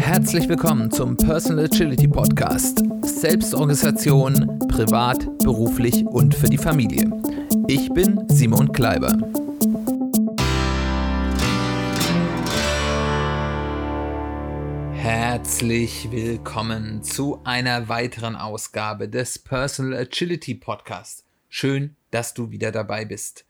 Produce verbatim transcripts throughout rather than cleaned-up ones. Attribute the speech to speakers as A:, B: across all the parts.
A: Herzlich willkommen zum Personal Agility Podcast. Selbstorganisation, privat, beruflich und für die Familie. Ich bin Simon Kleiber. Herzlich willkommen zu einer weiteren Ausgabe des Personal Agility Podcast. Schön, dass du wieder dabei bist.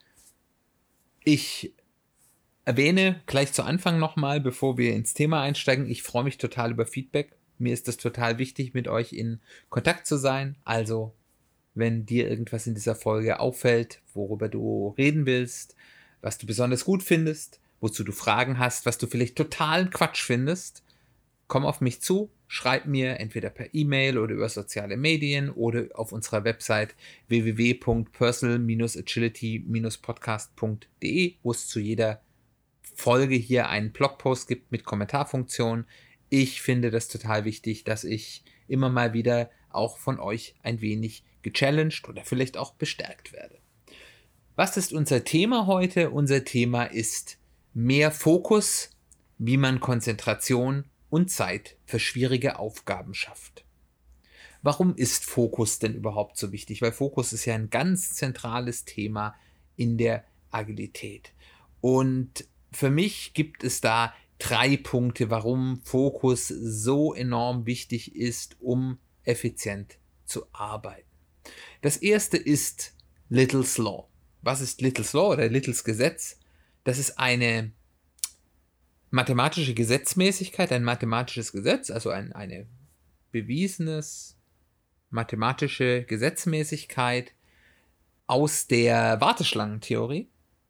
A: Ich erwähne gleich zu Anfang nochmal, bevor wir ins Thema einsteigen, ich freue mich total über Feedback. Mir ist es total wichtig, mit euch in Kontakt zu sein. Also, wenn dir irgendwas in dieser Folge auffällt, worüber du reden willst, was du besonders gut findest, wozu du Fragen hast, was du vielleicht totalen Quatsch findest, komm auf mich zu, schreib mir entweder per E-Mail oder über soziale Medien oder auf unserer Website w w w punkt personal agility podcast punkt d e, wo es zu jeder Folge hier einen Blogpost gibt mit Kommentarfunktion. Ich finde das total wichtig, dass ich immer mal wieder auch von euch ein wenig gechallenged oder vielleicht auch bestärkt werde. Was ist unser Thema heute? Unser Thema ist mehr Fokus, wie man Konzentration und Zeit für schwierige Aufgaben schafft. Warum ist Fokus denn überhaupt so wichtig? Weil Fokus ist ja ein ganz zentrales Thema in der Agilität. Und für mich gibt es da drei Punkte, warum Fokus so enorm wichtig ist, um effizient zu arbeiten. Das erste ist Little's Law. Was ist Little's Law oder Littles Gesetz? Das ist eine mathematische Gesetzmäßigkeit, ein mathematisches Gesetz, also ein eine bewiesenes mathematische Gesetzmäßigkeit aus der Warteschlangentheorie,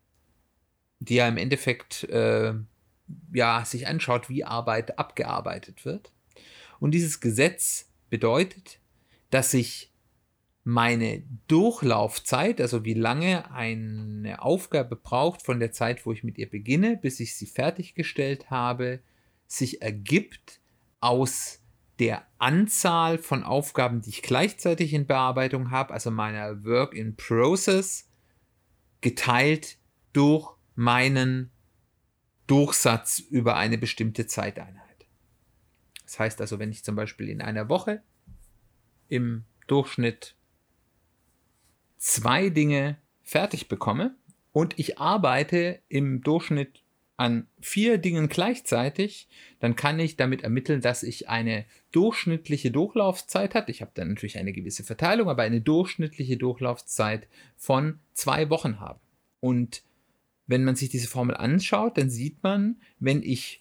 A: die ja im Endeffekt äh, ja, sich anschaut, wie Arbeit abgearbeitet wird. Und dieses Gesetz bedeutet, dass sich meine Durchlaufzeit, also wie lange eine Aufgabe braucht von der Zeit, wo ich mit ihr beginne, bis ich sie fertiggestellt habe, sich ergibt aus der Anzahl von Aufgaben, die ich gleichzeitig in Bearbeitung habe, also meiner Work in Process, geteilt durch meinen Durchsatz über eine bestimmte Zeiteinheit. Das heißt also, wenn ich zum Beispiel in einer Woche im Durchschnitt zwei Dinge fertig bekomme und ich arbeite im Durchschnitt an vier Dingen gleichzeitig, dann kann ich damit ermitteln, dass ich eine durchschnittliche Durchlaufzeit habe. Ich habe dann natürlich eine gewisse Verteilung, aber eine durchschnittliche Durchlaufzeit von zwei Wochen habe. Und wenn man sich diese Formel anschaut, dann sieht man, wenn ich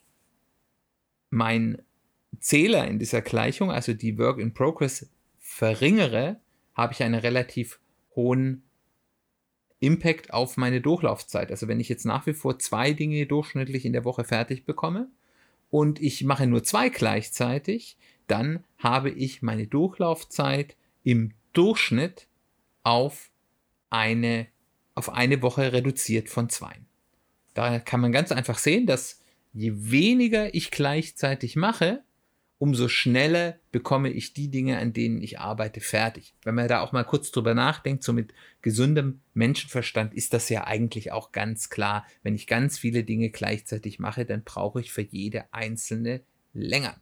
A: meinen Zähler in dieser Gleichung, also die Work in Progress, verringere, habe ich einen relativ hohen Impact auf meine Durchlaufzeit. Also wenn ich jetzt nach wie vor zwei Dinge durchschnittlich in der Woche fertig bekomme und ich mache nur zwei gleichzeitig, dann habe ich meine Durchlaufzeit im Durchschnitt auf eine auf eine Woche reduziert von zwei. Da kann man ganz einfach sehen, dass je weniger ich gleichzeitig mache, umso schneller bekomme ich die Dinge, an denen ich arbeite, fertig. Wenn man da auch mal kurz drüber nachdenkt, so mit gesundem Menschenverstand, ist das ja eigentlich auch ganz klar. Wenn ich ganz viele Dinge gleichzeitig mache, dann brauche ich für jede einzelne länger.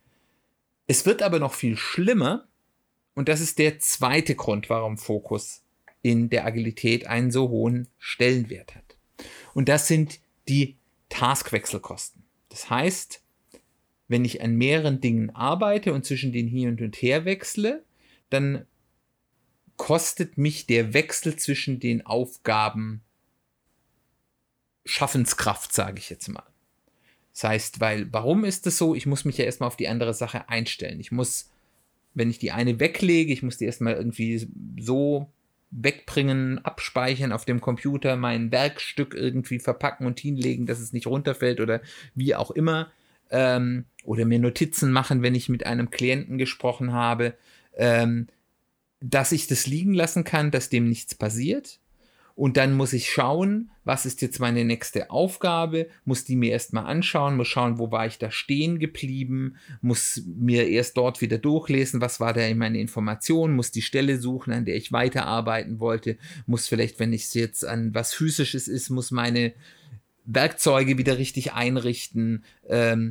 A: Es wird aber noch viel schlimmer, und das ist der zweite Grund, warum Fokus in der Agilität einen so hohen Stellenwert hat. Und das sind die Taskwechselkosten. Das heißt, wenn ich an mehreren Dingen arbeite und zwischen denen hin und her wechsle, dann kostet mich der Wechsel zwischen den Aufgaben Schaffenskraft, sage ich jetzt mal. Das heißt, weil, warum ist das so? Ich muss mich ja erstmal auf die andere Sache einstellen. Ich muss, wenn ich die eine weglege, ich muss die erstmal irgendwie so wegbringen, abspeichern auf dem Computer, mein Werkstück irgendwie verpacken und hinlegen, dass es nicht runterfällt oder wie auch immer. Ähm, oder mir Notizen machen, wenn ich mit einem Klienten gesprochen habe, ähm, dass ich das liegen lassen kann, dass dem nichts passiert. Und dann muss ich schauen, was ist jetzt meine nächste Aufgabe, muss die mir erstmal anschauen, muss schauen, wo war ich da stehen geblieben, muss mir erst dort wieder durchlesen, was war da in meiner Information, muss die Stelle suchen, an der ich weiterarbeiten wollte, muss vielleicht, wenn es jetzt an was Physisches ist, muss meine Werkzeuge wieder richtig einrichten, ähm,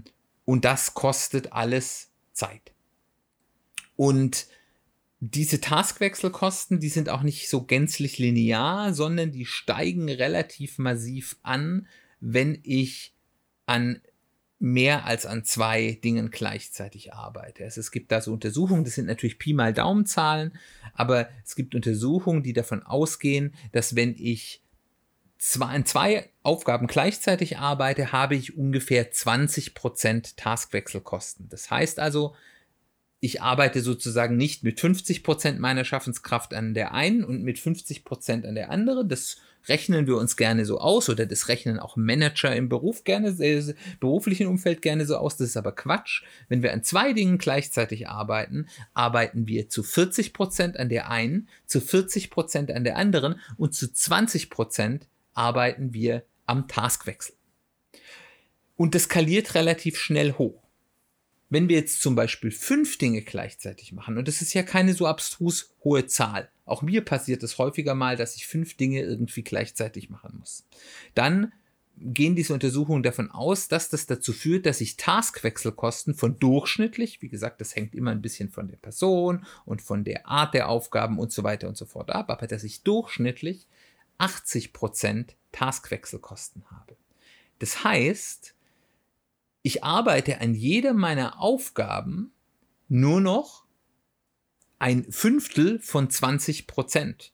A: Und das kostet alles Zeit. Und diese Taskwechselkosten, die sind auch nicht so gänzlich linear, sondern die steigen relativ massiv an, wenn ich an mehr als an zwei Dingen gleichzeitig arbeite. Also es gibt da so Untersuchungen, das sind natürlich Pi mal Daumen-Zahlen, aber es gibt Untersuchungen, die davon ausgehen, dass wenn ich zwei, an zwei Aufgaben gleichzeitig arbeite, habe ich ungefähr zwanzig Prozent Taskwechselkosten. Das heißt also, ich arbeite sozusagen nicht mit fünfzig Prozent meiner Schaffenskraft an der einen und mit fünfzig Prozent an der anderen. Das rechnen wir uns gerne so aus oder das rechnen auch Manager im Beruf gerne, äh, beruflichen Umfeld gerne so aus. Das ist aber Quatsch. Wenn wir an zwei Dingen gleichzeitig arbeiten, arbeiten wir zu vierzig Prozent an der einen, zu vierzig Prozent an der anderen und zu zwanzig Prozent arbeiten wir am Taskwechsel. Und das skaliert relativ schnell hoch. Wenn wir jetzt zum Beispiel fünf Dinge gleichzeitig machen, und das ist ja keine so abstrus hohe Zahl, auch mir passiert es häufiger mal, dass ich fünf Dinge irgendwie gleichzeitig machen muss, dann gehen diese Untersuchungen davon aus, dass das dazu führt, dass ich Taskwechselkosten von durchschnittlich, wie gesagt, das hängt immer ein bisschen von der Person und von der Art der Aufgaben und so weiter und so fort ab, aber dass ich durchschnittlich achtzig Prozent Taskwechselkosten habe. Das heißt, ich arbeite an jeder meiner Aufgaben nur noch ein Fünftel von zwanzig Prozent.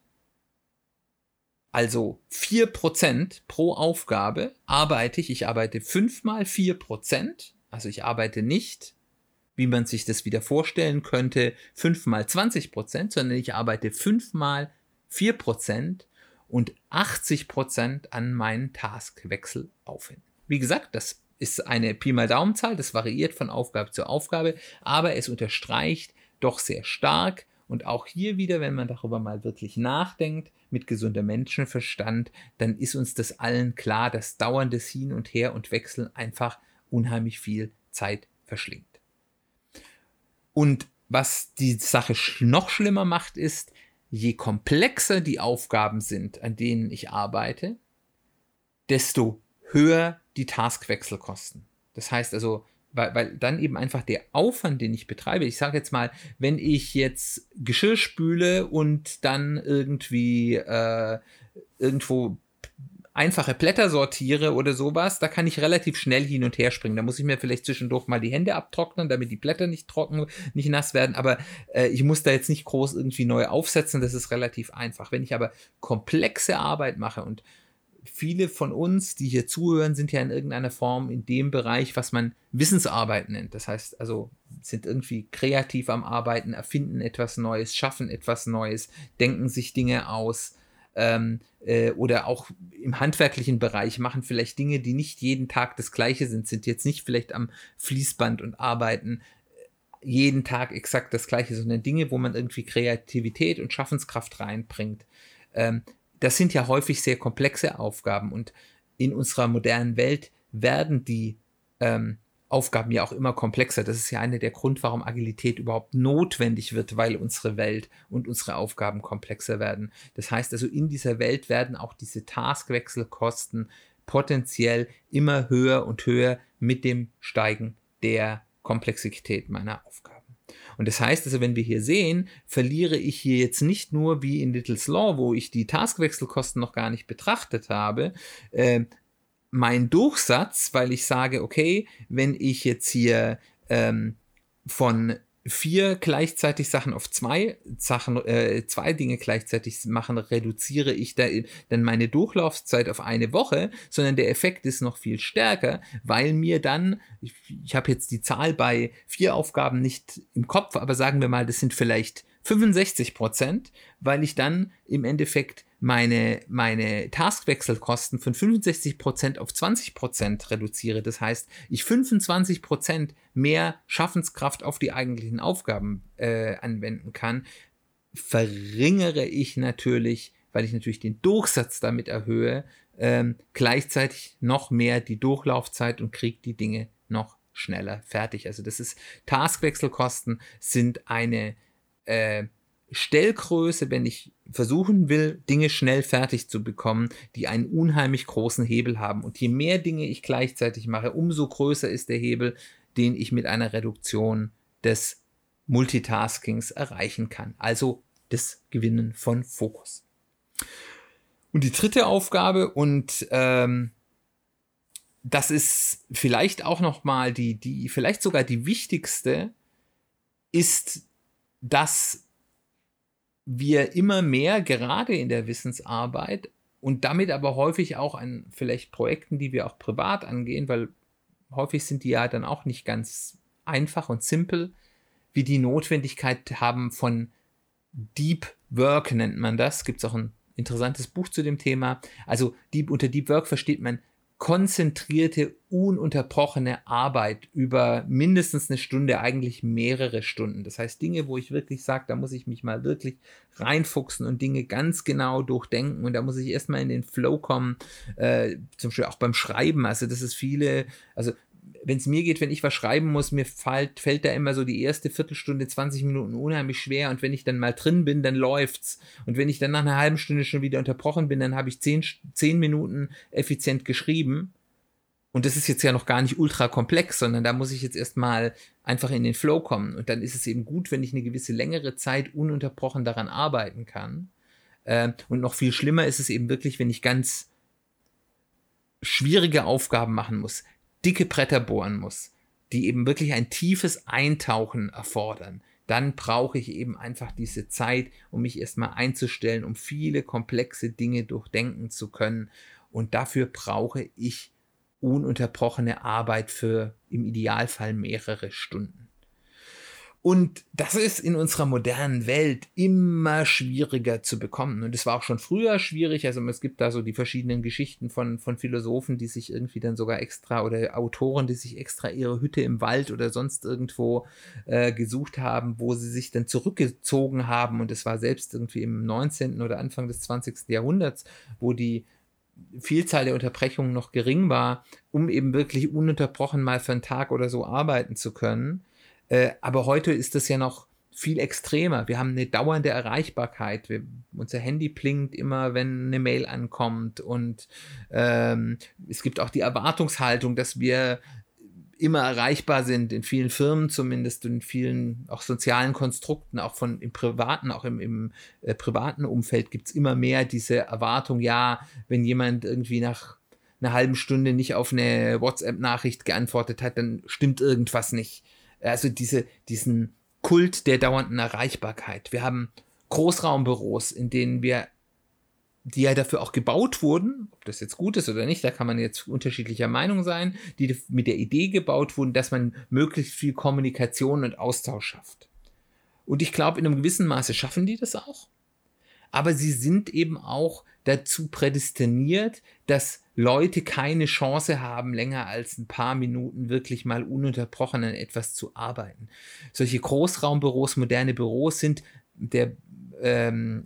A: Also vier Prozent pro Aufgabe arbeite ich. Ich arbeite fünf mal vier Prozent. Also ich arbeite nicht, wie man sich das wieder vorstellen könnte, fünf mal zwanzig Prozent, sondern ich arbeite fünf mal vier Prozent und achtzig Prozent an meinen Taskwechselaufwänden. Wie gesagt, das ist eine Pi mal Daumenzahl, das variiert von Aufgabe zu Aufgabe, aber es unterstreicht doch sehr stark und auch hier wieder, wenn man darüber mal wirklich nachdenkt, mit gesundem Menschenverstand, dann ist uns das allen klar, dass dauerndes Hin und Her und Wechseln einfach unheimlich viel Zeit verschlingt. Und was die Sache noch schlimmer macht, ist, je komplexer die Aufgaben sind, an denen ich arbeite, desto höher die Taskwechselkosten. Das heißt also, weil, weil dann eben einfach der Aufwand, den ich betreibe, ich sage jetzt mal, wenn ich jetzt Geschirr spüle und dann irgendwie äh, irgendwo einfache Blätter sortiere oder sowas, da kann ich relativ schnell hin und her springen. Da muss ich mir vielleicht zwischendurch mal die Hände abtrocknen, damit die Blätter nicht trocken, nicht nass werden, aber äh, ich muss da jetzt nicht groß irgendwie neu aufsetzen, das ist relativ einfach. Wenn ich aber komplexe Arbeit mache und viele von uns, die hier zuhören, sind ja in irgendeiner Form in dem Bereich, was man Wissensarbeit nennt. Das heißt also, sind irgendwie kreativ am Arbeiten, erfinden etwas Neues, schaffen etwas Neues, denken sich Dinge aus ähm, äh, oder auch im handwerklichen Bereich machen vielleicht Dinge, die nicht jeden Tag das Gleiche sind, sind jetzt nicht vielleicht am Fließband und arbeiten jeden Tag exakt das Gleiche, sondern Dinge, wo man irgendwie Kreativität und Schaffenskraft reinbringt. Ähm, Das sind ja häufig sehr komplexe Aufgaben und in unserer modernen Welt werden die ähm, Aufgaben ja auch immer komplexer. Das ist ja einer der Gründe, warum Agilität überhaupt notwendig wird, weil unsere Welt und unsere Aufgaben komplexer werden. Das heißt also, in dieser Welt werden auch diese Taskwechselkosten potenziell immer höher und höher mit dem Steigen der Komplexität meiner Aufgaben. Und das heißt also, wenn wir hier sehen, verliere ich hier jetzt nicht nur wie in Little's Law, wo ich die Taskwechselkosten noch gar nicht betrachtet habe, äh, mein Durchsatz, weil ich sage, okay, wenn ich jetzt hier ähm, von vier gleichzeitig Sachen auf zwei Sachen, äh, zwei Dinge gleichzeitig machen, reduziere ich da dann meine Durchlaufzeit auf eine Woche, sondern der Effekt ist noch viel stärker, weil mir dann, ich, ich habe jetzt die Zahl bei vier Aufgaben nicht im Kopf, aber sagen wir mal, das sind vielleicht fünfundsechzig Prozent, weil ich dann im Endeffekt meine, meine Taskwechselkosten von fünfundsechzig Prozent auf zwanzig Prozent reduziere. Das heißt, ich fünfundzwanzig Prozent mehr Schaffenskraft auf die eigentlichen Aufgaben äh, anwenden kann, verringere ich natürlich, weil ich natürlich den Durchsatz damit erhöhe, ähm, gleichzeitig noch mehr die Durchlaufzeit und kriege die Dinge noch schneller fertig. Also das ist, Taskwechselkosten sind eine äh, Stellgröße, wenn ich versuchen will, Dinge schnell fertig zu bekommen, die einen unheimlich großen Hebel haben. Und je mehr Dinge ich gleichzeitig mache, umso größer ist der Hebel, den ich mit einer Reduktion des Multitaskings erreichen kann. Also das Gewinnen von Fokus. Und die dritte Aufgabe, und ähm, das ist vielleicht auch nochmal die, die, vielleicht sogar die wichtigste, ist, dass wir immer mehr, gerade in der Wissensarbeit und damit aber häufig auch an vielleicht Projekten, die wir auch privat angehen, weil häufig sind die ja dann auch nicht ganz einfach und simpel, wie die Notwendigkeit haben von Deep Work, nennt man das. Gibt es auch ein interessantes Buch zu dem Thema. Also Deep, unter Deep Work versteht man konzentrierte, ununterbrochene Arbeit über mindestens eine Stunde, eigentlich mehrere Stunden. Das heißt Dinge, wo ich wirklich sage, da muss ich mich mal wirklich reinfuchsen und Dinge ganz genau durchdenken und da muss ich erstmal in den Flow kommen, äh, zum Beispiel auch beim Schreiben. Also das ist viele, also wenn es mir geht, wenn ich was schreiben muss, mir fällt, fällt da immer so die erste Viertelstunde, zwanzig Minuten unheimlich schwer und wenn ich dann mal drin bin, dann läuft's. Und wenn ich dann nach einer halben Stunde schon wieder unterbrochen bin, dann habe ich zehn, zehn Minuten effizient geschrieben. Und das ist jetzt ja noch gar nicht ultra komplex, sondern da muss ich jetzt erstmal einfach in den Flow kommen. Und dann ist es eben gut, wenn ich eine gewisse längere Zeit ununterbrochen daran arbeiten kann. Äh, und noch viel schlimmer ist es eben wirklich, wenn ich ganz schwierige Aufgaben machen muss, dicke Bretter bohren muss, die eben wirklich ein tiefes Eintauchen erfordern, dann brauche ich eben einfach diese Zeit, um mich erstmal einzustellen, um viele komplexe Dinge durchdenken zu können. Und dafür brauche ich ununterbrochene Arbeit für im Idealfall mehrere Stunden. Und das ist in unserer modernen Welt immer schwieriger zu bekommen. Und es war auch schon früher schwierig. Also es gibt da so die verschiedenen Geschichten von, von Philosophen, die sich irgendwie dann sogar extra oder Autoren, die sich extra ihre Hütte im Wald oder sonst irgendwo äh, gesucht haben, wo sie sich dann zurückgezogen haben. Und es war selbst irgendwie im neunzehnten oder Anfang des zwanzigsten Jahrhunderts, wo die Vielzahl der Unterbrechungen noch gering war, um eben wirklich ununterbrochen mal für einen Tag oder so arbeiten zu können. Äh, aber heute ist das ja noch viel extremer. Wir haben eine dauernde Erreichbarkeit. Wir, unser Handy blinkt immer, wenn eine Mail ankommt. Und ähm, es gibt auch die Erwartungshaltung, dass wir immer erreichbar sind, in vielen Firmen zumindest, in vielen auch sozialen Konstrukten, auch von im privaten, auch im, im äh, privaten Umfeld gibt es immer mehr diese Erwartung, ja, wenn jemand irgendwie nach einer halben Stunde nicht auf eine WhatsApp-Nachricht geantwortet hat, dann stimmt irgendwas nicht. Also diese, diesen Kult der dauernden Erreichbarkeit. Wir haben Großraumbüros, in denen wir, die ja dafür auch gebaut wurden, ob das jetzt gut ist oder nicht, da kann man jetzt unterschiedlicher Meinung sein, die mit der Idee gebaut wurden, dass man möglichst viel Kommunikation und Austausch schafft. Und ich glaube, in einem gewissen Maße schaffen die das auch. Aber sie sind eben auch dazu prädestiniert, dass Leute keine Chance haben, länger als ein paar Minuten wirklich mal ununterbrochen an etwas zu arbeiten. Solche Großraumbüros, moderne Büros sind der ähm,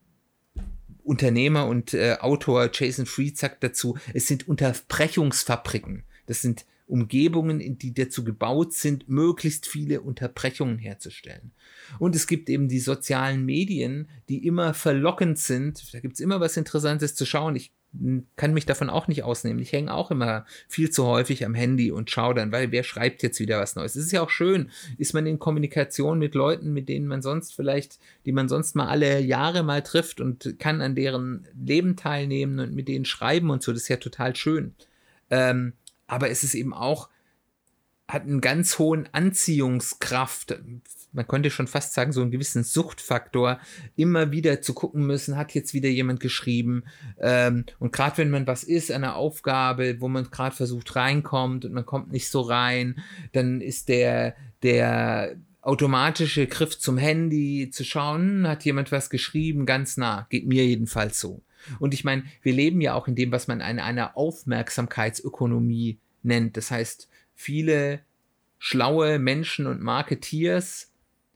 A: Unternehmer und äh, Autor Jason Fried sagt dazu, es sind Unterbrechungsfabriken. Das sind Umgebungen, die dazu gebaut sind, möglichst viele Unterbrechungen herzustellen. Und es gibt eben die sozialen Medien, die immer verlockend sind. Da gibt es immer was Interessantes zu schauen. Ich kann mich davon auch nicht ausnehmen. Ich hänge auch immer viel zu häufig am Handy und schaue dann, weil wer schreibt jetzt wieder was Neues? Es ist ja auch schön, ist man in Kommunikation mit Leuten, mit denen man sonst vielleicht, die man sonst mal alle Jahre mal trifft und kann an deren Leben teilnehmen und mit denen schreiben und so. Das ist ja total schön. Ähm, aber es ist eben auch, hat einen ganz hohen Anziehungskraft, man könnte schon fast sagen, so einen gewissen Suchtfaktor, immer wieder zu gucken müssen, hat jetzt wieder jemand geschrieben, ähm, und gerade wenn man was ist, eine Aufgabe, wo man gerade versucht reinkommt und man kommt nicht so rein, dann ist der, der automatische Griff zum Handy, zu schauen, hat jemand was geschrieben, ganz nah, geht mir jedenfalls so. Und ich meine, wir leben ja auch in dem, was man eine, eine Aufmerksamkeitsökonomie nennt. Das heißt, viele schlaue Menschen und Marketeers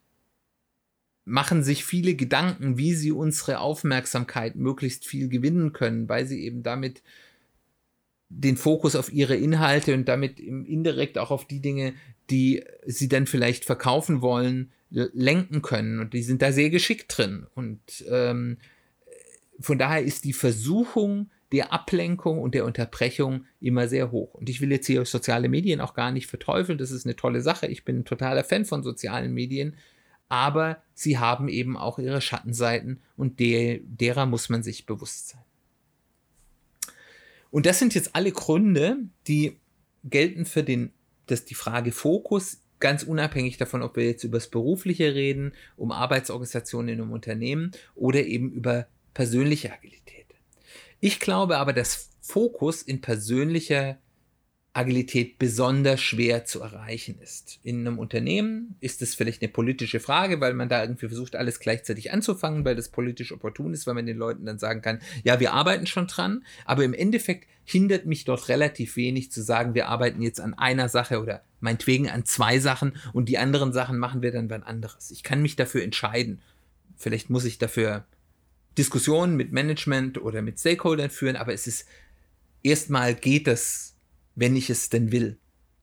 A: machen sich viele Gedanken, wie sie unsere Aufmerksamkeit möglichst viel gewinnen können, weil sie eben damit den Fokus auf ihre Inhalte und damit indirekt auch auf die Dinge, die sie dann vielleicht verkaufen wollen, lenken können. Und die sind da sehr geschickt drin. Und ähm, von daher ist die Versuchung, der Ablenkung und der Unterbrechung immer sehr hoch. Und ich will jetzt hier soziale Medien auch gar nicht verteufeln, das ist eine tolle Sache, ich bin ein totaler Fan von sozialen Medien, aber sie haben eben auch ihre Schattenseiten und der, derer muss man sich bewusst sein. Und das sind jetzt alle Gründe, die gelten für den, dass die Frage Fokus, ganz unabhängig davon, ob wir jetzt über das Berufliche reden, um Arbeitsorganisationen in einem Unternehmen oder eben über persönliche Agilität. Ich glaube aber, dass Fokus in persönlicher Agilität besonders schwer zu erreichen ist. In einem Unternehmen ist es vielleicht eine politische Frage, weil man da irgendwie versucht, alles gleichzeitig anzufangen, weil das politisch opportun ist, weil man den Leuten dann sagen kann, ja, wir arbeiten schon dran, aber im Endeffekt hindert mich dort relativ wenig zu sagen, wir arbeiten jetzt an einer Sache oder meinetwegen an zwei Sachen und die anderen Sachen machen wir dann wann anderes. Ich kann mich dafür entscheiden. Vielleicht muss ich dafür Diskussionen mit Management oder mit Stakeholdern führen, aber es ist erstmal geht es, wenn ich es denn will.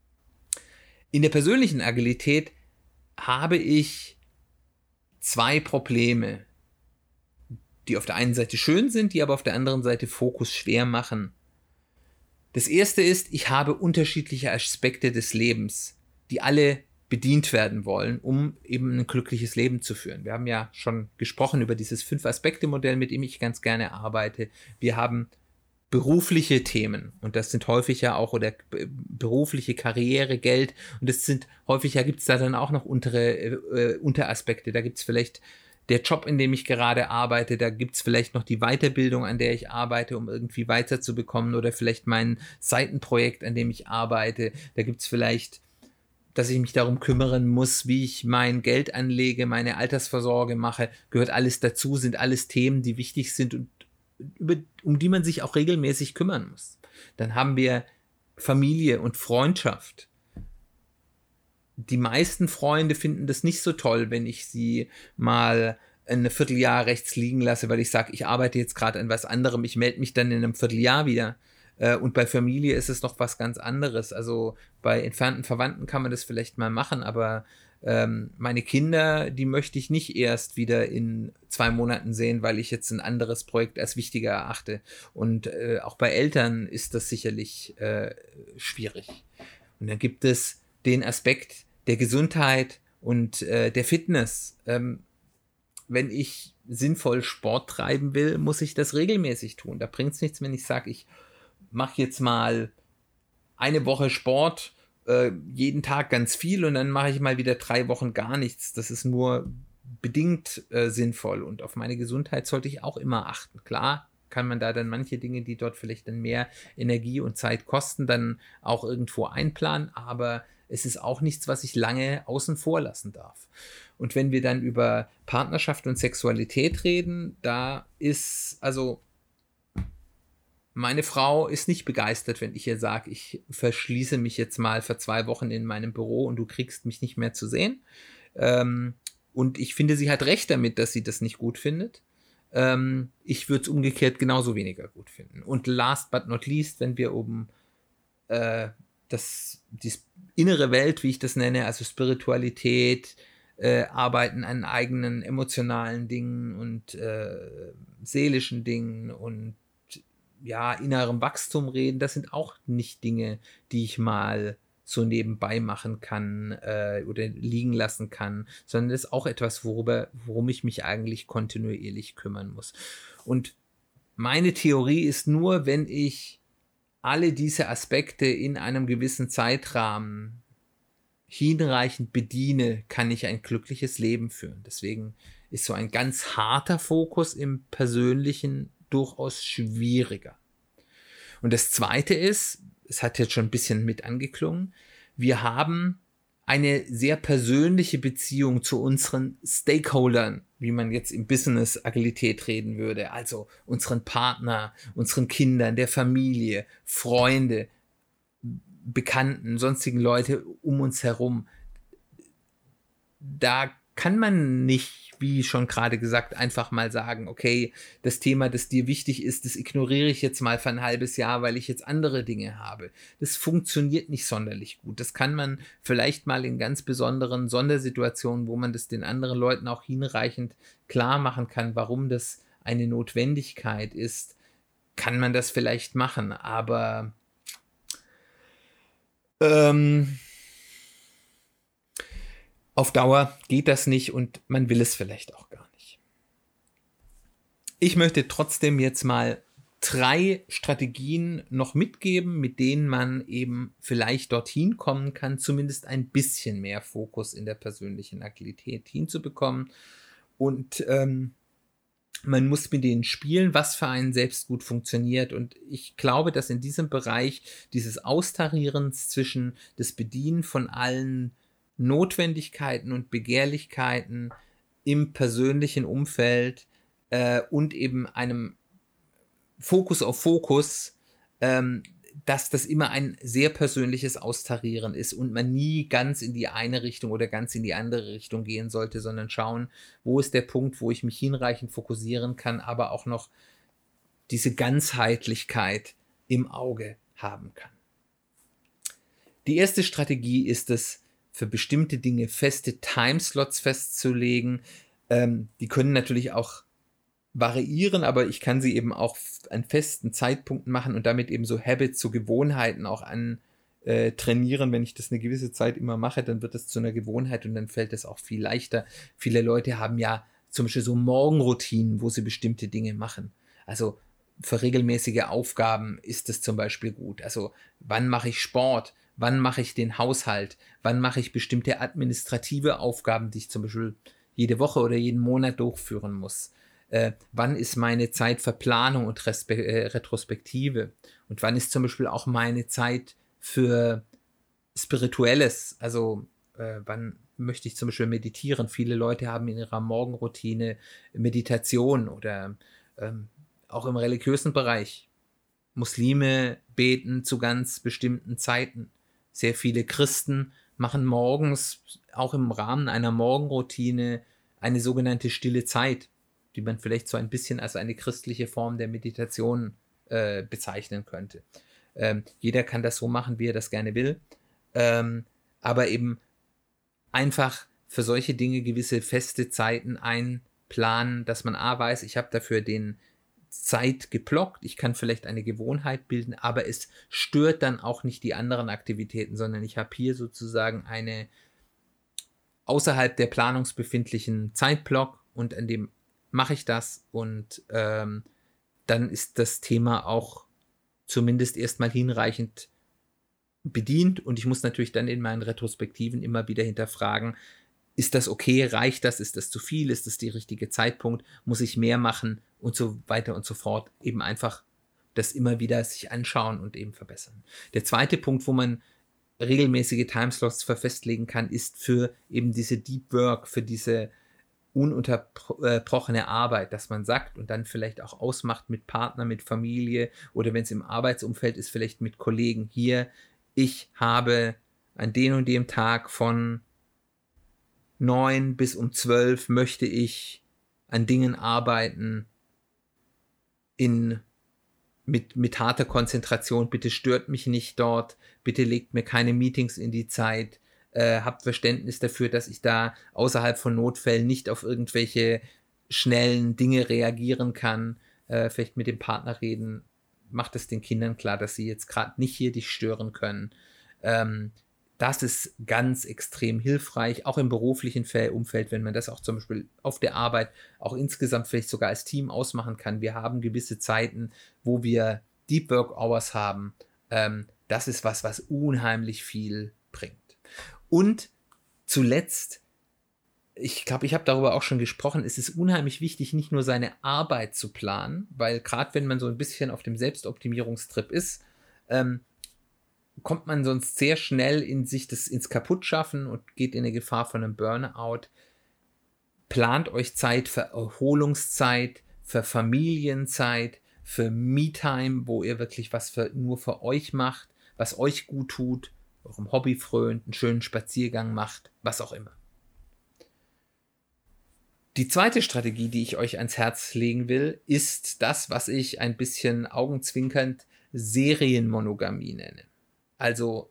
A: In der persönlichen Agilität habe ich zwei Probleme, die auf der einen Seite schön sind, die aber auf der anderen Seite Fokus schwer machen. Das erste ist, ich habe unterschiedliche Aspekte des Lebens, die alle bedient werden wollen, um eben ein glückliches Leben zu führen. Wir haben ja schon gesprochen über dieses Fünf-Aspekte-Modell, mit dem ich ganz gerne arbeite. Wir haben berufliche Themen und das sind häufig ja auch oder berufliche Karriere, Geld und das sind häufig ja gibt es da dann auch noch untere, äh, Unteraspekte. Da gibt es vielleicht der Job, in dem ich gerade arbeite, da gibt es vielleicht noch die Weiterbildung, an der ich arbeite, um irgendwie weiterzubekommen oder vielleicht mein Seitenprojekt, an dem ich arbeite. Da gibt es vielleicht, dass ich mich darum kümmern muss, wie ich mein Geld anlege, meine Altersvorsorge mache, gehört alles dazu, sind alles Themen, die wichtig sind und über, um die man sich auch regelmäßig kümmern muss. Dann haben wir Familie und Freundschaft. Die meisten Freunde finden das nicht so toll, wenn ich sie mal ein Vierteljahr rechts liegen lasse, weil ich sage, ich arbeite jetzt gerade an was anderem, ich melde mich dann in einem Vierteljahr wieder. Und bei Familie ist es noch was ganz anderes. Also bei entfernten Verwandten kann man das vielleicht mal machen, aber ähm, meine Kinder, die möchte ich nicht erst wieder in zwei Monaten sehen, weil ich jetzt ein anderes Projekt als wichtiger erachte. Und äh, auch bei Eltern ist das sicherlich äh, schwierig. Und dann gibt es den Aspekt der Gesundheit und äh, der Fitness. Ähm, wenn ich sinnvoll Sport treiben will, muss ich das regelmäßig tun. Da bringt es nichts, wenn ich sage, ich mache jetzt mal eine Woche Sport, äh, jeden Tag ganz viel und dann mache ich mal wieder drei Wochen gar nichts. Das ist nur bedingt äh, sinnvoll und auf meine Gesundheit sollte ich auch immer achten. Klar kann man da dann manche Dinge, die dort vielleicht dann mehr Energie und Zeit kosten, dann auch irgendwo einplanen, aber es ist auch nichts, was ich lange außen vor lassen darf. Und wenn wir dann über Partnerschaft und Sexualität reden, da ist also meine Frau ist nicht begeistert, wenn ich ihr sage, ich verschließe mich jetzt mal für zwei Wochen in meinem Büro und du kriegst mich nicht mehr zu sehen. Ähm, und ich finde, sie hat recht damit, dass sie das nicht gut findet. Ähm, ich würde es umgekehrt genauso weniger gut finden. Und last but not least, wenn wir um äh, das, die innere Welt, wie ich das nenne, also Spiritualität, äh, Arbeiten an eigenen emotionalen Dingen und äh, seelischen Dingen und ja, innerem Wachstum reden, das sind auch nicht Dinge, die ich mal so nebenbei machen kann äh, oder liegen lassen kann, sondern das ist auch etwas, worüber, worum ich mich eigentlich kontinuierlich kümmern muss. Und meine Theorie ist nur, wenn ich alle diese Aspekte in einem gewissen Zeitrahmen hinreichend bediene, kann ich ein glückliches Leben führen. Deswegen ist so ein ganz harter Fokus im Persönlichen durchaus schwieriger. Und das Zweite ist, es hat jetzt schon ein bisschen mit angeklungen, wir haben eine sehr persönliche Beziehung zu unseren Stakeholdern, wie man jetzt im Business Agilität reden würde, also unseren Partner, unseren Kindern, der Familie, Freunde, Bekannten, sonstigen Leute um uns herum. Da kann man nicht, wie schon gerade gesagt, einfach mal sagen, okay, das Thema, das dir wichtig ist, das ignoriere ich jetzt mal für ein halbes Jahr, weil ich jetzt andere Dinge habe. Das funktioniert nicht sonderlich gut. Das kann man vielleicht mal in ganz besonderen Sondersituationen, wo man das den anderen Leuten auch hinreichend klar machen kann, warum das eine Notwendigkeit ist, kann man das vielleicht machen, aber ähm, auf Dauer geht das nicht und man will es vielleicht auch gar nicht. Ich möchte trotzdem jetzt mal drei Strategien noch mitgeben, mit denen man eben vielleicht dorthin kommen kann, zumindest ein bisschen mehr Fokus in der persönlichen Agilität hinzubekommen. Und ähm, man muss mit denen spielen, was für einen selbst gut funktioniert. Und ich glaube, dass in diesem Bereich dieses Austarierens zwischen das Bedienen von allen Notwendigkeiten und Begehrlichkeiten im persönlichen Umfeld äh, und eben einem Fokus auf Fokus, ähm, dass das immer ein sehr persönliches Austarieren ist und man nie ganz in die eine Richtung oder ganz in die andere Richtung gehen sollte, sondern schauen, wo ist der Punkt, wo ich mich hinreichend fokussieren kann, aber auch noch diese Ganzheitlichkeit im Auge haben kann. Die erste Strategie ist es, für bestimmte Dinge feste Timeslots festzulegen. Ähm, die können natürlich auch variieren, aber ich kann sie eben auch an festen Zeitpunkten machen und damit eben so Habits, so Gewohnheiten auch an äh, trainieren. Wenn ich das eine gewisse Zeit immer mache, dann wird es zu einer Gewohnheit und dann fällt es auch viel leichter. Viele Leute haben ja zum Beispiel so Morgenroutinen, wo sie bestimmte Dinge machen. Also für regelmäßige Aufgaben ist es zum Beispiel gut. Also wann mache ich Sport? Wann mache ich den Haushalt? Wann mache ich bestimmte administrative Aufgaben, die ich zum Beispiel jede Woche oder jeden Monat durchführen muss? Äh, wann ist meine Zeit für Planung und Respe- äh, Retrospektive? Und wann ist zum Beispiel auch meine Zeit für Spirituelles? Also äh, wann möchte ich zum Beispiel meditieren? Viele Leute haben in ihrer Morgenroutine Meditation oder ähm, auch im religiösen Bereich. Muslime beten zu ganz bestimmten Zeiten. Sehr viele Christen machen morgens, auch im Rahmen einer Morgenroutine, eine sogenannte stille Zeit, die man vielleicht so ein bisschen als eine christliche Form der Meditation äh, bezeichnen könnte. Ähm, jeder kann das so machen, wie er das gerne will, ähm, aber eben einfach für solche Dinge gewisse feste Zeiten einplanen, dass man A weiß, ich habe dafür den Zeit geblockt, ich kann vielleicht eine Gewohnheit bilden, aber es stört dann auch nicht die anderen Aktivitäten, sondern ich habe hier sozusagen eine außerhalb der planungsbefindlichen Zeitblock und an dem mache ich das und ähm, dann ist das Thema auch zumindest erstmal hinreichend bedient und ich muss natürlich dann in meinen Retrospektiven immer wieder hinterfragen, ist das okay, reicht das, ist das zu viel, ist das der richtige Zeitpunkt, muss ich mehr machen und so weiter und so fort. Eben einfach das immer wieder sich anschauen und eben verbessern. Der zweite Punkt, wo man regelmäßige Timeslots festlegen kann, ist für eben diese Deep Work, für diese ununterbrochene Arbeit, dass man sagt und dann vielleicht auch ausmacht mit Partner, mit Familie oder wenn es im Arbeitsumfeld ist, vielleicht mit Kollegen. Hier, ich habe an dem und dem Tag von neun bis um zwölf möchte ich an Dingen arbeiten in, mit, mit harter Konzentration. Bitte stört mich nicht dort. Bitte legt mir keine Meetings in die Zeit. Äh, habt Verständnis dafür, dass ich da außerhalb von Notfällen nicht auf irgendwelche schnellen Dinge reagieren kann. Äh, vielleicht mit dem Partner reden. Macht es den Kindern klar, dass sie jetzt gerade nicht hier dich stören können. Ähm, Das ist ganz extrem hilfreich, auch im beruflichen Umfeld, wenn man das auch zum Beispiel auf der Arbeit auch insgesamt vielleicht sogar als Team ausmachen kann. Wir haben gewisse Zeiten, wo wir Deep Work Hours haben. Ähm, das ist was, was unheimlich viel bringt. Und zuletzt, ich glaube, ich habe darüber auch schon gesprochen, es ist unheimlich wichtig, nicht nur seine Arbeit zu planen, weil gerade wenn man so ein bisschen auf dem Selbstoptimierungstrip ist, ähm, kommt man sonst sehr schnell in sich das ins Kaputtschaffen und geht in eine Gefahr von einem Burnout. Plant euch Zeit für Erholungszeit, für Familienzeit, für Me-Time, wo ihr wirklich was für, nur für euch macht, was euch gut tut, eurem Hobby frönt, einen schönen Spaziergang macht, was auch immer. Die zweite Strategie, die ich euch ans Herz legen will, ist das, was ich ein bisschen augenzwinkernd Serienmonogamie nenne. Also,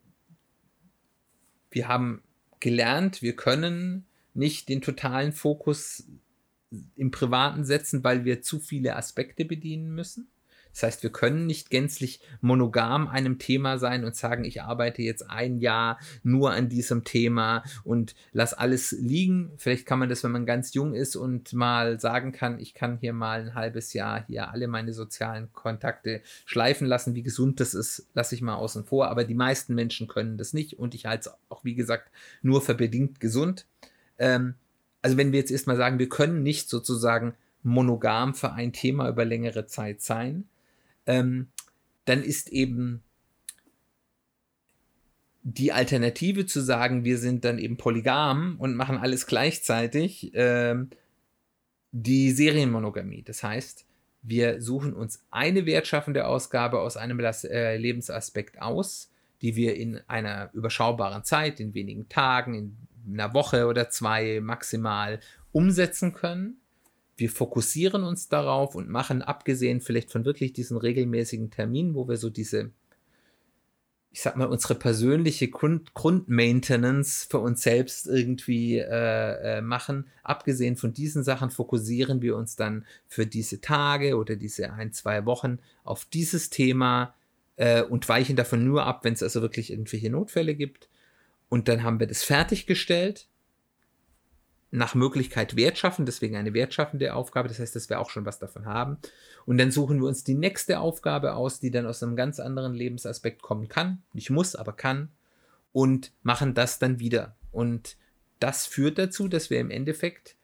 A: wir haben gelernt, wir können nicht den totalen Fokus im Privaten setzen, weil wir zu viele Aspekte bedienen müssen. Das heißt, wir können nicht gänzlich monogam einem Thema sein und sagen, ich arbeite jetzt ein Jahr nur an diesem Thema und lass alles liegen. Vielleicht kann man das, wenn man ganz jung ist und mal sagen kann, ich kann hier mal ein halbes Jahr hier alle meine sozialen Kontakte schleifen lassen. Wie gesund das ist, lasse ich mal außen vor. Aber die meisten Menschen können das nicht und ich halte es auch, wie gesagt, nur für bedingt gesund. Ähm, also wenn wir jetzt erstmal sagen, wir können nicht sozusagen monogam für ein Thema über längere Zeit sein, ähm, dann ist eben die Alternative zu sagen, wir sind dann eben polygam und machen alles gleichzeitig, ähm, die Serienmonogamie. Das heißt, wir suchen uns eine wertschaffende Ausgabe aus einem äh, Lebensaspekt aus, die wir in einer überschaubaren Zeit, in wenigen Tagen, in einer Woche oder zwei maximal umsetzen können. Wir fokussieren uns darauf und machen, abgesehen vielleicht von wirklich diesen regelmäßigen Terminen, wo wir so diese, ich sag mal, unsere persönliche Grund- Grundmaintenance für uns selbst irgendwie äh, äh, machen. Abgesehen von diesen Sachen fokussieren wir uns dann für diese Tage oder diese ein, zwei Wochen auf dieses Thema äh, und weichen davon nur ab, wenn es also wirklich irgendwelche Notfälle gibt. Und dann haben wir das fertiggestellt, nach Möglichkeit wertschaffen, deswegen eine wertschaffende Aufgabe, das heißt, dass wir auch schon was davon haben. Und dann suchen wir uns die nächste Aufgabe aus, die dann aus einem ganz anderen Lebensaspekt kommen kann, nicht muss, aber kann, und machen das dann wieder. Und das führt dazu, dass wir im Endeffekt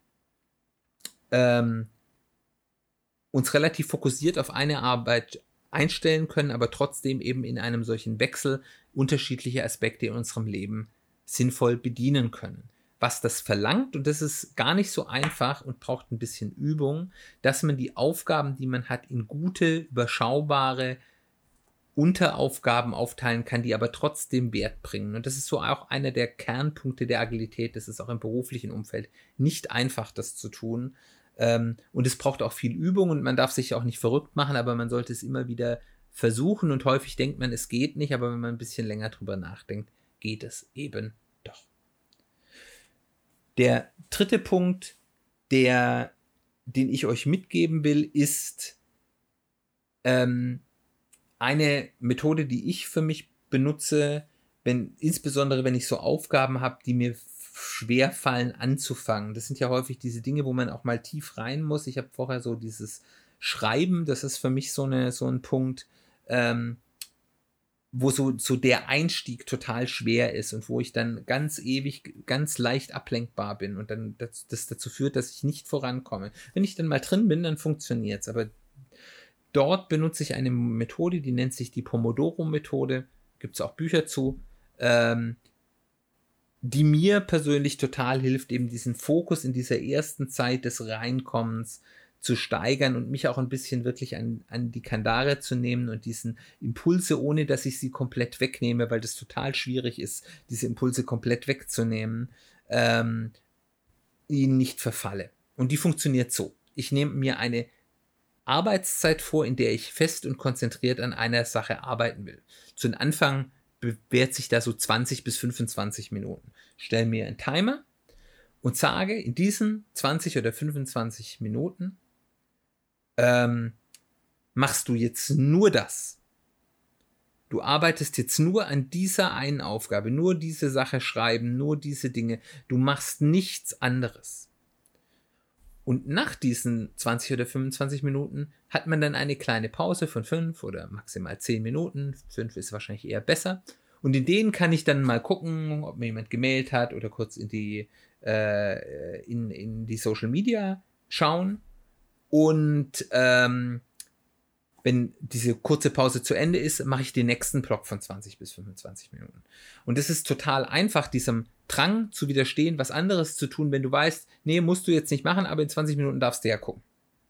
A: ähm, uns relativ fokussiert auf eine Arbeit einstellen können, aber trotzdem eben in einem solchen Wechsel unterschiedliche Aspekte in unserem Leben sinnvoll bedienen können. Was das verlangt, und das ist gar nicht so einfach und braucht ein bisschen Übung, dass man die Aufgaben, die man hat, in gute, überschaubare Unteraufgaben aufteilen kann, die aber trotzdem Wert bringen. Und das ist so auch einer der Kernpunkte der Agilität. Das ist auch im beruflichen Umfeld nicht einfach, das zu tun. Und es braucht auch viel Übung und man darf sich auch nicht verrückt machen, aber man sollte es immer wieder versuchen und häufig denkt man, es geht nicht, aber wenn man ein bisschen länger drüber nachdenkt, geht es eben doch. Der dritte Punkt, der, den ich euch mitgeben will, ist ähm, eine Methode, die ich für mich benutze, wenn, insbesondere wenn ich so Aufgaben habe, die mir schwer fallen anzufangen. Das sind ja häufig diese Dinge, wo man auch mal tief rein muss. Ich habe vorher so dieses Schreiben, das ist für mich so, eine, so ein Punkt, ähm, wo so, so der Einstieg total schwer ist und wo ich dann ganz ewig, ganz leicht ablenkbar bin und dann das, das dazu führt, dass ich nicht vorankomme. Wenn ich dann mal drin bin, dann funktioniert es. Aber dort benutze ich eine Methode, die nennt sich die Pomodoro-Methode. Gibt es auch Bücher zu, ähm, die mir persönlich total hilft, eben diesen Fokus in dieser ersten Zeit des Reinkommens zu steigern und mich auch ein bisschen wirklich an, an die Kandare zu nehmen und diesen Impulse, ohne dass ich sie komplett wegnehme, weil das total schwierig ist, diese Impulse komplett wegzunehmen, ähm, ihnen nicht verfalle. Und die funktioniert so. Ich nehme mir eine Arbeitszeit vor, in der ich fest und konzentriert an einer Sache arbeiten will. Zu den Anfang bewährt sich da so zwanzig bis fünfundzwanzig Minuten. Stelle mir einen Timer und sage, in diesen zwanzig oder fünfundzwanzig Minuten ähm, machst du jetzt nur das. Du arbeitest jetzt nur an dieser einen Aufgabe, nur diese Sache schreiben, nur diese Dinge. Du machst nichts anderes. Und nach diesen zwanzig oder fünfundzwanzig Minuten hat man dann eine kleine Pause von fünf oder maximal zehn Minuten. fünf ist wahrscheinlich eher besser. Und in denen kann ich dann mal gucken, ob mir jemand gemailt hat oder kurz in die, äh, in, in die Social Media schauen. Und ähm, wenn diese kurze Pause zu Ende ist, mache ich den nächsten Block von zwanzig bis fünfundzwanzig Minuten. Und es ist total einfach, diesem Drang zu widerstehen, was anderes zu tun, wenn du weißt, nee, musst du jetzt nicht machen, aber in zwanzig Minuten darfst du ja gucken.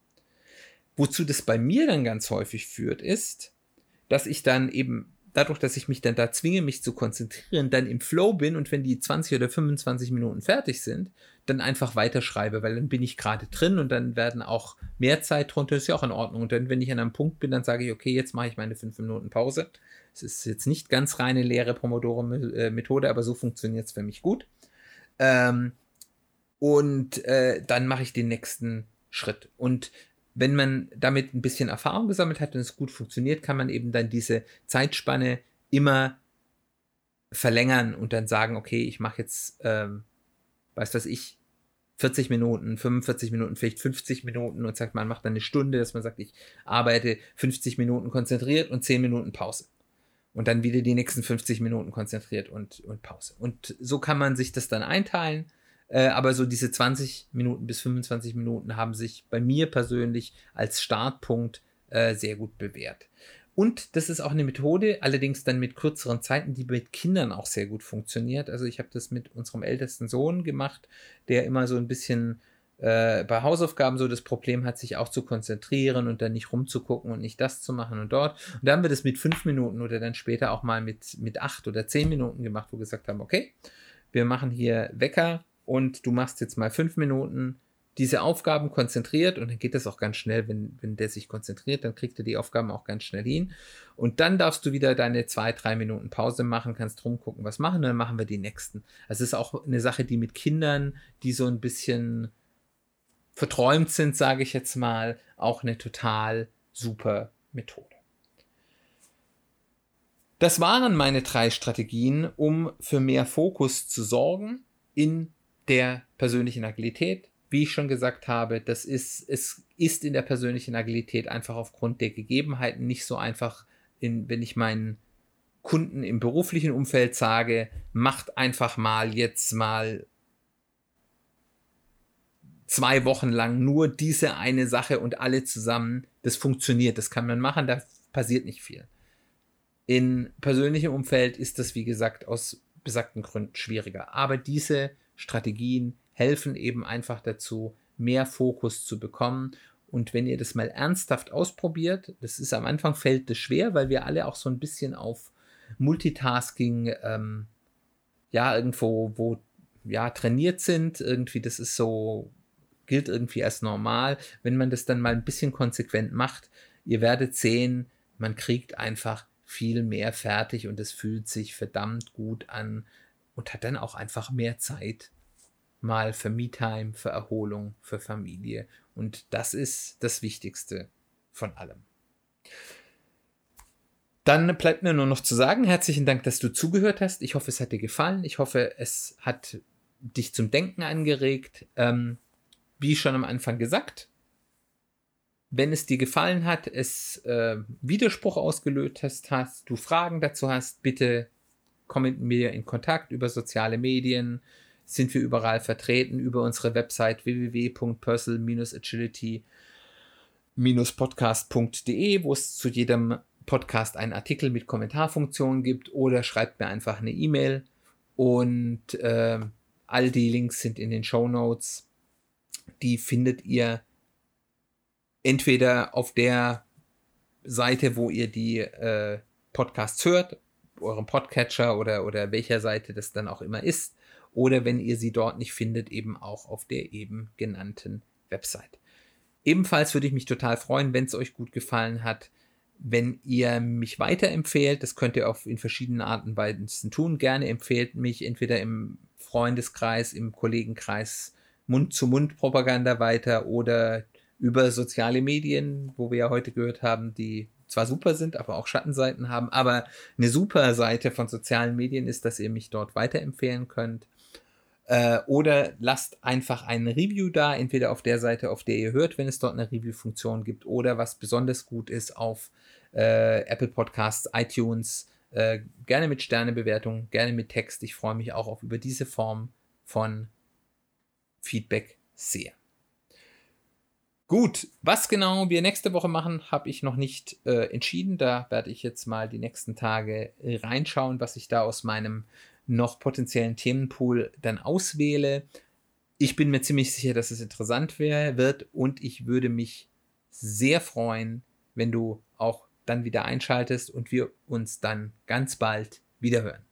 A: Wozu das bei mir dann ganz häufig führt, ist, dass ich dann eben, dadurch, dass ich mich dann da zwinge, mich zu konzentrieren, dann im Flow bin und wenn die zwanzig oder fünfundzwanzig Minuten fertig sind, dann einfach weiterschreibe, weil dann bin ich gerade drin und dann werden auch mehr Zeit drunter, ist ja auch in Ordnung. Und dann, wenn ich an einem Punkt bin, dann sage ich, okay, jetzt mache ich meine fünf Minuten Pause. Es ist jetzt nicht ganz reine leere Pomodoro-Methode, aber so funktioniert es für mich gut. Ähm, und äh, dann mache ich den nächsten Schritt. Und wenn man damit ein bisschen Erfahrung gesammelt hat und es gut funktioniert, kann man eben dann diese Zeitspanne immer verlängern und dann sagen, okay, ich mache jetzt, ähm, weiß was ich, vierzig Minuten, fünfundvierzig Minuten, vielleicht fünfzig Minuten und sagt, man macht dann eine Stunde, dass man sagt, ich arbeite fünfzig Minuten konzentriert und zehn Minuten Pause. Und dann wieder die nächsten fünfzig Minuten konzentriert und, und Pause. Und so kann man sich das dann einteilen. Äh, aber so diese zwanzig Minuten bis fünfundzwanzig Minuten haben sich bei mir persönlich als Startpunkt äh, sehr gut bewährt. Und das ist auch eine Methode, allerdings dann mit kürzeren Zeiten, die mit Kindern auch sehr gut funktioniert. Also ich habe das mit unserem ältesten Sohn gemacht, der immer so ein bisschen äh, bei Hausaufgaben so das Problem hat, sich auch zu konzentrieren und dann nicht rumzugucken und nicht das zu machen und dort. Und da haben wir das mit fünf Minuten oder dann später auch mal mit, mit acht oder zehn Minuten gemacht, wo wir gesagt haben, okay, wir machen hier Wecker und du machst jetzt mal fünf Minuten diese Aufgaben konzentriert und dann geht das auch ganz schnell, wenn, wenn der sich konzentriert, dann kriegt er die Aufgaben auch ganz schnell hin und dann darfst du wieder deine zwei, drei Minuten Pause machen, kannst rumgucken, was machen, und dann machen wir die nächsten. Also es ist auch eine Sache, die mit Kindern, die so ein bisschen verträumt sind, sage ich jetzt mal, auch eine total super Methode. Das waren meine drei Strategien, um für mehr Fokus zu sorgen in der persönlichen Agilität. Wie ich schon gesagt habe, das ist, es ist in der persönlichen Agilität einfach aufgrund der Gegebenheiten nicht so einfach, in, wenn ich meinen Kunden im beruflichen Umfeld sage, macht einfach mal jetzt mal zwei Wochen lang nur diese eine Sache und alle zusammen. Das funktioniert, das kann man machen, da passiert nicht viel. In persönlichem Umfeld ist das, wie gesagt, aus besagten Gründen schwieriger. Aber diese Strategien helfen eben einfach dazu, mehr Fokus zu bekommen. Und wenn ihr das mal ernsthaft ausprobiert, das ist am Anfang fällt das schwer, weil wir alle auch so ein bisschen auf Multitasking ähm, ja irgendwo wo ja trainiert sind. Irgendwie, das ist so, gilt irgendwie als normal. Wenn man das dann mal ein bisschen konsequent macht, ihr werdet sehen, man kriegt einfach viel mehr fertig und es fühlt sich verdammt gut an und hat dann auch einfach mehr Zeit mal für Me-Time, für Erholung, für Familie. Und das ist das Wichtigste von allem. Dann bleibt mir nur noch zu sagen, herzlichen Dank, dass du zugehört hast. Ich hoffe, es hat dir gefallen. Ich hoffe, es hat dich zum Denken angeregt. Ähm, wie schon am Anfang gesagt, wenn es dir gefallen hat, es äh, Widerspruch ausgelöst hast, hast, du Fragen dazu hast, bitte komm mit mir in Kontakt über soziale Medien. Sind wir überall vertreten, über unsere Website w w w punkt personal agility podcast punkt d e, wo es zu jedem Podcast einen Artikel mit Kommentarfunktion gibt, oder schreibt mir einfach eine E-Mail und äh, all die Links sind in den Shownotes. Die findet ihr entweder auf der Seite, wo ihr die äh, Podcasts hört, eurem Podcatcher oder, oder welcher Seite das dann auch immer ist, oder wenn ihr sie dort nicht findet, eben auch auf der eben genannten Website. Ebenfalls würde ich mich total freuen, wenn es euch gut gefallen hat, wenn ihr mich weiterempfehlt. Das könnt ihr auch in verschiedenen Arten und Weisen tun. Gerne empfehlt mich entweder im Freundeskreis, im Kollegenkreis Mund-zu-Mund-Propaganda weiter oder über soziale Medien, wo wir ja heute gehört haben, die zwar super sind, aber auch Schattenseiten haben. Aber eine super Seite von sozialen Medien ist, dass ihr mich dort weiterempfehlen könnt. Äh, oder lasst einfach ein Review da, entweder auf der Seite, auf der ihr hört, wenn es dort eine Review-Funktion gibt, oder was besonders gut ist, auf äh, Apple Podcasts, iTunes, äh, gerne mit Sternebewertung, gerne mit Text. Ich freue mich auch auf über diese Form von Feedback sehr. Gut, was genau wir nächste Woche machen, habe ich noch nicht äh, entschieden. Da werde ich jetzt mal die nächsten Tage reinschauen, was ich da aus meinem noch potenziellen Themenpool dann auswähle. Ich bin mir ziemlich sicher, dass es interessant wär, wird und ich würde mich sehr freuen, wenn du auch dann wieder einschaltest und wir uns dann ganz bald wiederhören.